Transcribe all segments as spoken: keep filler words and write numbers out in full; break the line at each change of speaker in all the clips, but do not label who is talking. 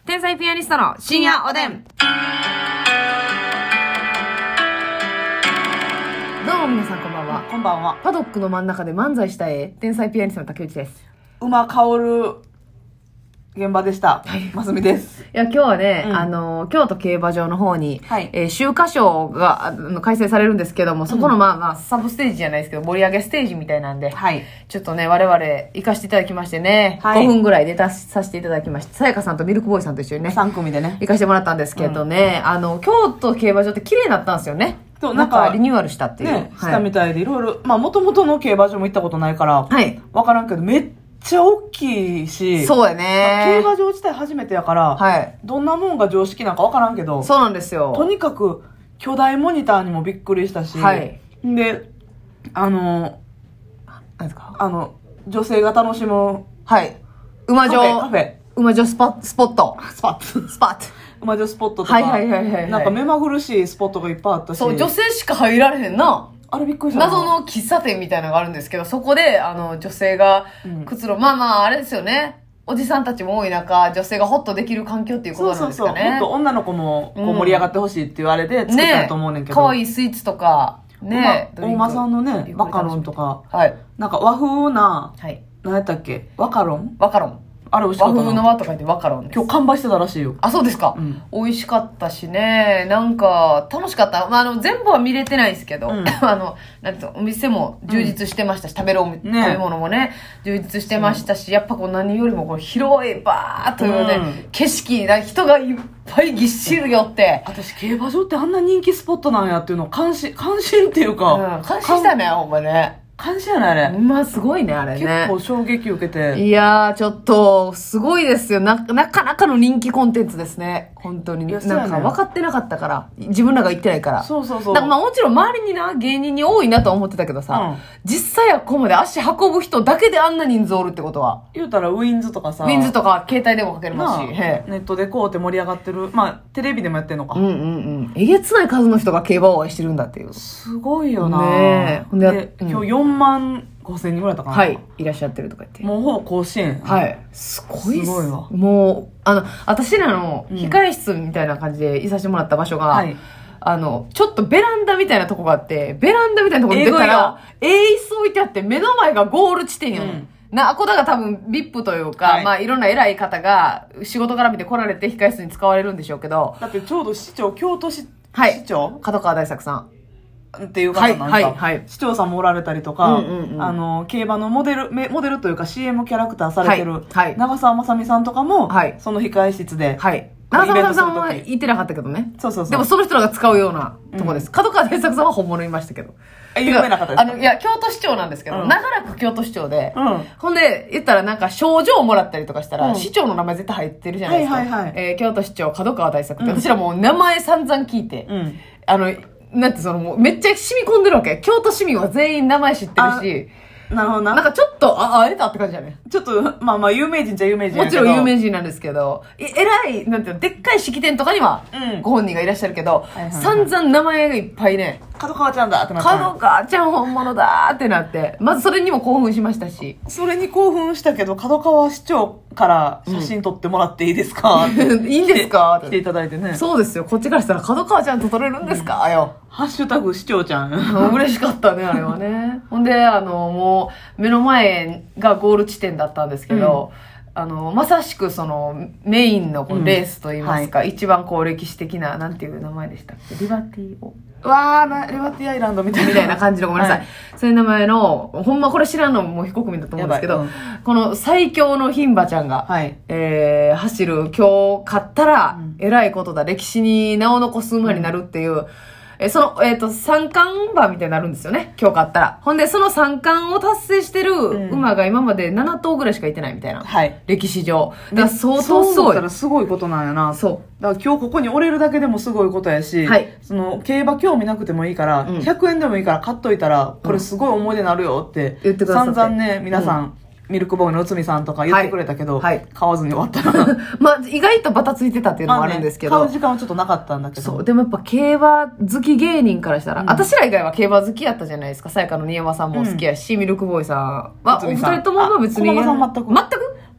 天才ピアニストの深夜おでん。どうも皆さんこんばんは。
こんばんは。
パドックの真ん中で漫才したい天才ピアニストの竹内です。
馬香る現場でした。はい。ますみです。
いや、今日はね、
うん、
あの、京都競馬場の方に、
はい。
えー、秋華賞が、あの、開催されるんですけども、そこの、まあまあ、サブステージじゃないですけど、盛り上げステージみたいなんで、
はい。
ちょっとね、我々、行かせていただきましてね、
はい、
ごふんぐらい出たさせていただきまして、さやかさんとミルクボーイさんと一緒にね、
さん組でね、
行かせてもらったんですけどね、うん、あの、京都競馬場って綺麗になったんですよね。そう、なんか、リニューアルしたっていう。
ね、したみたいで、いろいろ、まあ、もともとの競馬場も行ったことないから、
はい。
わからんけど、めっめっちゃ大きいし、
そうやね。
競馬場自体初めてやから、はい。どんなもんが常識なんかわからんけど、
そうなんですよ。
とにかく、巨大モニターにもびっくりしたし、はい。で、あの、何ですかあの、女性が楽しむ、はい。馬女、カフェ。馬女スポスポット。スポット。スポット。馬女スポットとか、はいはいはいはい。なんか目まぐるしいスポットがいっぱいあったし。
そう、女性しか入られへんな。
あれびっくりした。
謎の喫茶店みたいなのがあるんですけど、そこで、あの、女性がくつろ、うん、まあまあ、あれですよね。おじさんたちも多い中、女性がホッとできる環境っていうことなんですかね。そうそうそう。もっと女の子もこう盛り上がってほしいって言われて作ったと思うねんけど。 可愛、ね、いスイーツとか、ね。
大間さんのね、ワカロンとか、はい。なんか和風な、はい。何やったっけワカロン
ワカロン。あれ美味しかった。和風の和と書いてワカロンです。
今日完売してたらしいよ。
あ、そうですか。うん、美味しかったしね。なんか、楽しかった。まあ、あの、全部は見れてないですけど、うん、あの、なんていうの、お店も充実してましたし、うん、食べるお、ね、食べ物もね、充実してましたし、やっぱこう何よりもこう広いバーっというね、うん、景色、人がいっぱいぎっしり寄って。
私、競馬場ってあんな人気スポットなんやっていうのを関心、関心っていうか。
うん、関心したね、ほんまね。
感じやね、あれ。
まあ、すごいね、あれね。
結構衝撃受けて。
いやー、ちょっと、すごいですよ。な、なかなかの人気コンテンツですね。本当に。ね、なんか分かってなかったから。自分らが言ってないから。
そうそうそう。
だからまあもちろん周りにな、芸人に多いなとは思ってたけどさ、うん、実際はここまで足運ぶ人だけであんな人数おるってことは。
言うたらウィンズとかさ。
ウィンズとか携帯でもかけれますし。
ネットでこうって盛り上がってる。まあ、テレビでもやってんのか。
うんうんうん。えげつない数の人が競馬を愛してるんだっていう。
すごいよな
ねえ。
で、うん、今日よんまんごせんにんぐらいだったかな。
はい。いらっしゃってるとか言って。
もうほぼ甲子園。
はい。すごいっす。
すごいわ。
もう、あの、私らの控え室みたいな感じでいさせてもらった場所が、うん、はい。あの、ちょっとベランダみたいなとこがあって、ベランダみたいなとこに出たら、ええ椅子置いてあって、目の前がゴール地点よ、ね。うん、な、あこだが多分 ブイアイピー というか、はい、まあいろんな偉い方が仕事から見て来られて控え室に使われるんでしょうけど。
だってちょうど市長、京都市、
はい、
市長
角川大作さん。
っていう方なんか、はいはいはい、市長さんもおられたりとか、うんうんうん、あの、競馬のモデル、モデルというか シーエム キャラクターされてる、はいはい、長澤まさみさんとかも、はい、その控え室で、はい、
長澤まさみさんは言ってなかったけどね。そうそうそう。でもその人らが使うようなとこです。うん、角川大作さんは本物いましたけど。
有名な方ですか？
あの、いや、京都市長なんですけど、うん、長らく京都市長で、うん、ほんで、言ったらなんか賞状をもらったりとかしたら、うん、市長の名前絶対入ってるじゃないですか。はいはいはい。えー、京都市長、角川大作って、うん、私らもう名前散々聞いて、うん、あの、なんてそのもうめっちゃ染み込んでるわけ。京都市民は全員名前知ってるし。
なるほどな。
なんかちょっと、あ、会えたって感じだね。
ちょっと、まあまあ有名人じゃ有名人や
けど。もちろん有名人なんですけど、え、偉い、なんていうの、でっかい式典とかには、ご本人がいらっしゃるけど、うん、散々名前がいっぱいね。
角川ちゃんだってなって。
角川ちゃん本物だってなって、まずそれにも興奮しましたし。
それに興奮したけど、角川市長から写真撮ってもらっていいですか、
うん、いいんですか
来ていただいてね。
そうですよ。こっちからしたら角川ちゃんと撮れるんですか、うん、よ。
ハッシュタグ市長ちゃん。
嬉しかったね、あれはね。ほんで、あの、もう、目の前がゴール地点だったんですけど、うん、あの、まさしくその、メインのこうレースといいますか、うんはい、一番こう歴史的な、なんていう名前でしたっけ？リバティを。
うわー、リバティアイランドみたいな。
みたいな感じの、ごめんなさい。はい、そういう名前の、ほんまこれ知らんのも非国民だと思うんですけど、うん、この最強の牝馬ちゃんが、はい、えー、走る、今日勝ったら、うん、偉いことだ、歴史に名を残す馬になるっていう、うんえ、その、えっ、ー、と、三冠馬みたいになるんですよね。今日勝ったら。ほんで、その三冠を達成してる馬が今までなな頭ぐらいしかいてないみたいな。はい。歴史上。だから相当すごい。
そうだったらすごいことなんやな。そう。だから今日ここに折れるだけでもすごいことやし、はい。その、競馬興味なくてもいいから、うん、ひゃくえんでもいいから買っといたら、これすごい思い出になるよって、言ってくださって。散々ね、皆さん、うんミルクボーイの内海さんとか言ってくれたけど、はいはい、買わずに終わったら。
まあ、意外とバタついてたっていうのもあるんですけど。
まあね、買う時間はちょっとなかったんだけど。
そう。でもやっぱ競馬好き芸人からしたら、うん、私ら以外は競馬好きやったじゃないですか。さやかの新山さんも好きやし、うん、ミルクボーイさんは、お二人ともまあ別に。
小馬さん全く。
全く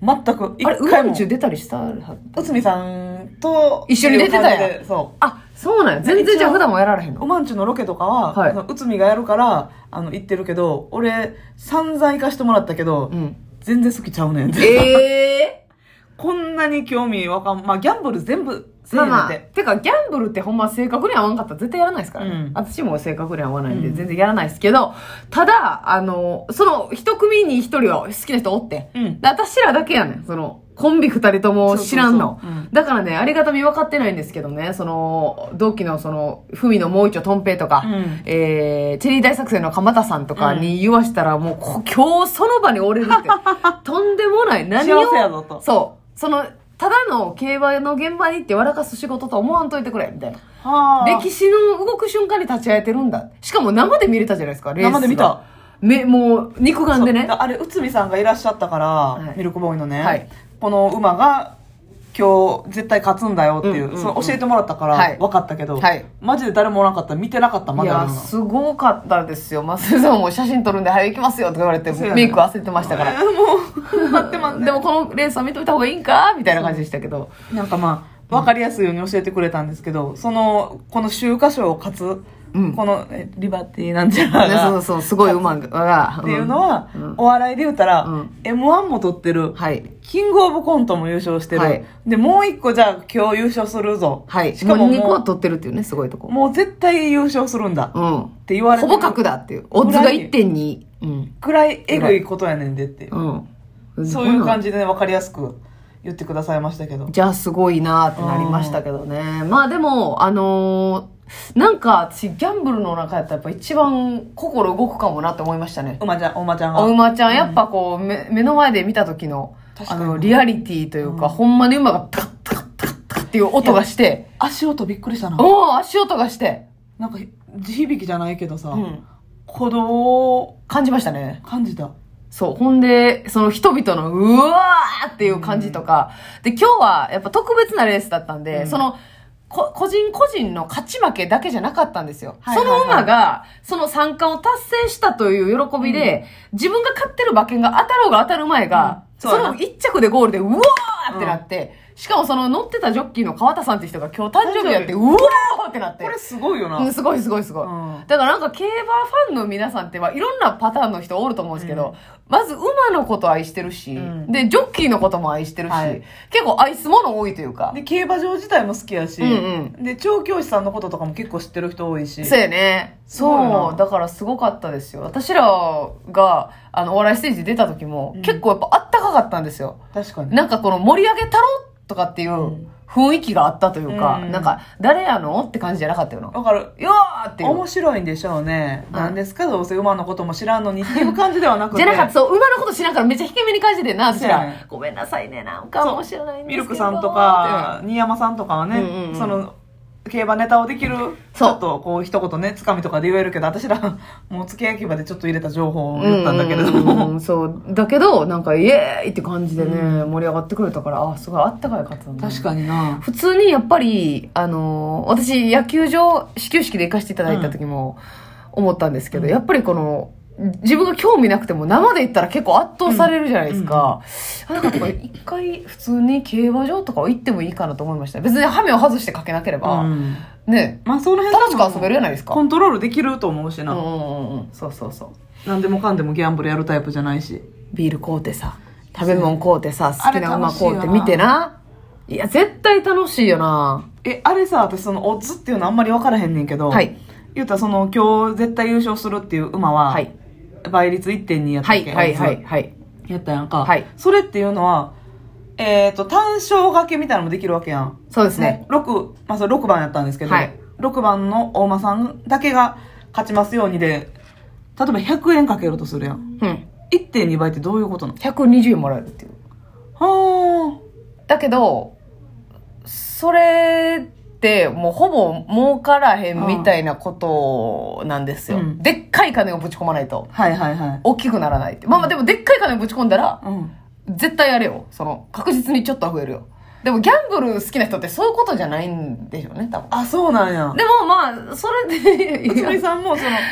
全く。
あれ、馬んちゅ出たりした
内海さんと、
一緒に出てたやん。
そう。
あ、そうなんや。全然じゃあ普段もやられへんの。
馬んちゅのロケとかは、はい、内海がやるから、あの、行ってるけど、俺、散々行かしてもらったけど、うん、全然好きちゃうねんって。
え
ー、こんなに興味わかん、まあ、ギャンブル全部、
まあまあ、てかギャンブルってほんま正確に合わんかったら絶対やらないですからね、うん、私も正確に合わないんで全然やらないですけど、うん、ただあのその一組に一人は好きな人おって、うん、で私らだけやねんそのコンビ二人とも知らんの。そうそうそう、うん、だからね、ありがたみ分かってないんですけどね、その、同期のその、ふみのもう一丁とんぺいとか、うん、えー、チェリー大作戦の鎌田さんとかに言わしたら、もう、今日その場に折れるって、とんでもない。
何を、幸せやぞと。
そう。その、ただの競馬の現場に行って笑かす仕事と思わんといてくれ、みたいな。は歴史の動く瞬間に立ち会えてるんだ。しかも生で見れたじゃないですか、レースが。
生で見た。
め、もう、肉眼でね。
あれ、内海さんがいらっしゃったから、はい、ミルクボーイのね。はい。この馬が今日絶対勝つんだよっていう、うんうんうん、その教えてもらったから分かったけど、はい、マジで誰もおらなかったら見てなかったまだ。
いやすごかったですよ。マスさんも写真撮るんで早く行きますよとか言われて、ね、メイク忘れてましたから、
もう待って待ってで
もこのレースは見といた方がいいんかみたいな感じでしたけど、
なんかまあ分かりやすいように教えてくれたんですけど、そのこの秋華賞を勝つうん、このリバティなんちゃらが
そうそうすごい馬が
っていうのは、うん、お笑いで言ったら、うん、エムワン も取ってる、はい、キングオブコントも優勝してる、はい、でもう一個じゃあ今日優勝するぞ、
はい、しかももうにこ取ってるっていうねすごいとこ
もう絶対優勝するんだ、うん、って言われて
ほぼ格だっていうオッズが いってんに、
うん、くらいエグいことやねんでっていう、うん、そういう感じでね分かりやすく言ってくださいましたけど、
じゃあすごいなってなりましたけどね。まあでもあのーなんか私ギャンブルの中やったらやっぱ一番心動くかもなって思いましたね。
馬ちゃん、お馬ちゃんが。
お馬ちゃん、やっぱこう、うん、目, 目の前で見た時の、あの、リアリティというか、うん、ほんまに馬がタカッタカッタカッタカッっていう音がして。
足音びっくりしたな。
おー、足音がして。
なんか、地響きじゃないけどさ、うん、鼓動を
感じましたね。
感じた。
そう。ほんで、その人々のうわーっていう感じとか、うん、で、今日はやっぱ特別なレースだったんで、うん、その、個人個人の勝ち負けだけじゃなかったんですよ。はいはいはい、その馬が、その三冠を達成したという喜びで、うん、自分が勝ってる馬券が当たろうが当たる前が、うん、その一着でゴールで、うわーってなって、うん、しかもその乗ってたジョッキーの川田さんって人が今日誕生日やって、うわーってなって。
これすごいよな。
うん、すごいすごいすごい。うん、だからなんか競馬ファンの皆さんってはいろんなパターンの人おると思うんですけど、うん、まず馬のこと愛してるし、うん、で、ジョッキーのことも愛してるし、はい、結構愛すもの多いというか。
で、競馬場自体も好きやし、うんうん、で、調教師さんのこととかも結構知ってる人多いし。
そうやね。そう。だからすごかったですよ。私らが、あの、お笑いステージ出た時も、うん、結構やっぱあったかかったんですよ。
確かに。
なんかこの盛り上げたろとかっていう、うん雰囲気があったというか、うん、なんか、誰やのって感じじゃなかったよな。
わかる。
よーっていう。
面白いんでしょうね。うん、なんですかどうせ馬のことも知らんのにっていう感じではなくて。
じゃなかった、そう、馬のこと知らんからめっちゃ低めに感じてんな、私ら。ごめんなさいね、なんかも知らないんですけど。
ミルクさんとか、新山さんとかはね、うんうんうん、その、競馬ネタをできる、ちょっとこう一言ね、つかみとかで言えるけど、私ら、もう付け焼き場でちょっと入れた情報を言ったんだけれども。
うん、そう。だけど、なんか、イエーイって感じでね、うん、盛り上がってくれたから、あ、すごいあったかいかったんだ、
ね。確かにな。
普通にやっぱり、あのー、私、野球場、始球式で行かせていただいた時も思ったんですけど、うん、やっぱりこの、自分が興味なくても生で行ったら結構圧倒されるじゃないですか。うんうん、なんか一回普通に競馬場とか行ってもいいかなと思いました。別にハメを外してかけなければ、うん、ね、
まあその辺
楽しく遊べるじゃないですか。
コントロールできると思うしな。
うんうんうん。そうそうそう。
何でもかんでもギャンブルやるタイプじゃないし。
ビール買うてさ、食べ物買うてさ、好きな馬買うて見てな。いや、絶対楽しいよな。
え、あれさ、私そのオッズっていうのあんまり分からへんねんけど、はい。言うたらその今日絶対優勝するっていう馬は、はい。倍率 いってんに やったっけ、
はいはいはいはい。
やったやんか。はい。それっていうのは、えっ、ー、と、単勝掛けみたいなのもできるわけやん。
そうですね。
ろく、まあそれろくばんやったんですけど、はい、ろくばんの大馬さんだけが勝ちますようにで、例えばひゃくえんかけるとするやん。うん。いってんに 倍ってどういうことなの？
ひゃくにじゅうえんもらえるっていう。
は
あ。だけど、それ、ってもうほぼ儲からへんみたいなことなんですよ、うん、でっかい金をぶち込まないと、
はいはいはい、
大きくならないって、まあまあでもでっかい金をぶち込んだら、うん、絶対やれよ、その確実にちょっとは増えるよ。でもギャンブル好きな人ってそういうことじゃないんでしょうね、多分。
あ、そうなんや。
でもまあそれで
うつみさんもその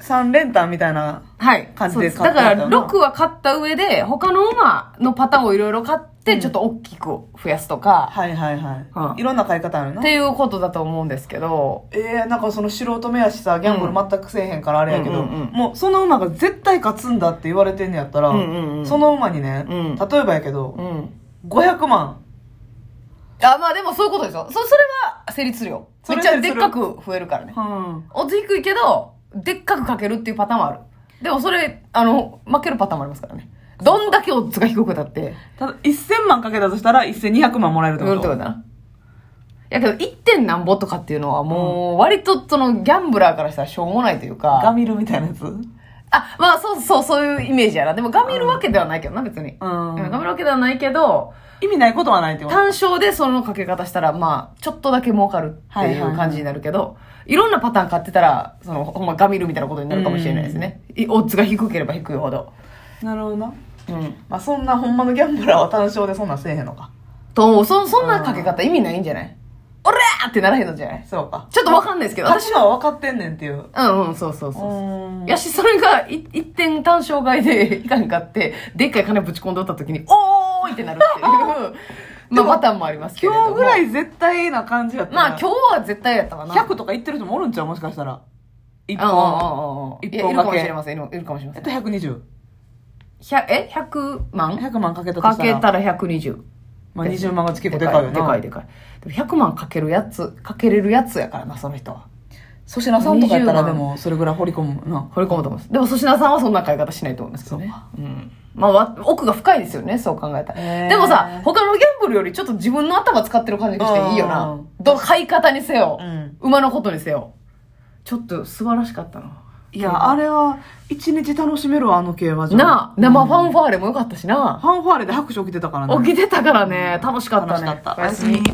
さん連単みたいな感じで買
った。だからろくは買った上で、他の馬のパターンをいろいろ買って、ちょっと大きく増やすとか。
うん、はいはいはい。うん、いろんな買い方あるな。
っていうことだと思うんですけど。
えー、なんかその素人目やしさ、ギャンブル全くせえへんからあれやけど、うんうんうん、もうその馬が絶対勝つんだって言われてんのやったら、うんうんうん、その馬にね、うん、例えばやけど、うん、ごひゃくまん。
あ、まあでもそういうことですよ。そ、それは成立するよ。めっちゃでっかく増えるからね。うん。オッズ低いけど、でっかくかけるっていうパターンもある。でもそれ、あの、負けるパターンもありますからね。どんだけオッズが低くだって。
ただ、せんまんかけたとしたら、せんにひゃくまんもらえるってことってことだ
な。やけど、いってんなんぼとかっていうのはもう、割とその、ギャンブラーからしたらしょうもないというか。
ガミルみたいなやつ
あ、まあそうそう、そういうイメージやな。でもガミるわけではないけどな、別に。うん。ガミるわけではないけど、
意味ないことはないってこと。
単勝でそのかけ方したら、まあ、ちょっとだけ儲かるっていう感じになるけど、はいはいはい、いろんなパターン買ってたら、その、ほんまガミるみたいなことになるかもしれないですね。オッズが低ければ低いほど。
なるほどな。うん。まあそんなほんまのギャンブラーは単勝でそんなんせえへんのか。
と、そ、そんなかけ方意味ないんじゃない？おらーってならへんのじゃない？そうか。ちょっとわかんないですけど。
私は分かってんねんっていう。
うんうん、そうそうそうそう。やし、それがい一点単勝買いでいかんかって、でっかい金ぶち込んでおった時に、おーいってなるっていう。まあ、パターンもありますけれども。
今日ぐらい絶対な感じやった
まあ、今日は絶対やったかな。
ひゃくとか言ってる人もおるんちゃうもしかしたら。一本。
一本かけ。いるかもしれません。いるかもしれません。
えっと、ひゃくにじゅう。
え ?ひゃくまん ?ひゃく
万かけたとしたら。
かけたらひゃくにじゅう。
まあ、にじゅうまんが結構でかいよな。
でかいでかい。でもひゃくまんかけるやつ、かけれるやつやからな、その人は。
粗品さんとかやったらでも、それぐらい掘り込むな。
掘り込むと思います。でも粗品さんはそんな買い方しないと思いますけどね。うん。まあ、奥が深いですよね、そう考えたら。でもさ、他のギャンブルよりちょっと自分の頭使ってる感じがしていいよな。ど買い方にせよ、うん、馬のことにせよ。ちょっと素晴らしかったな。
いや、あれは、一日楽しめるわ、あの競馬場。
なあ、生ファンファーレもよかったしな。
ファンファーレで拍手起きてたからね。
起きてたからね、楽しかったね。
楽しかった。おやすみ。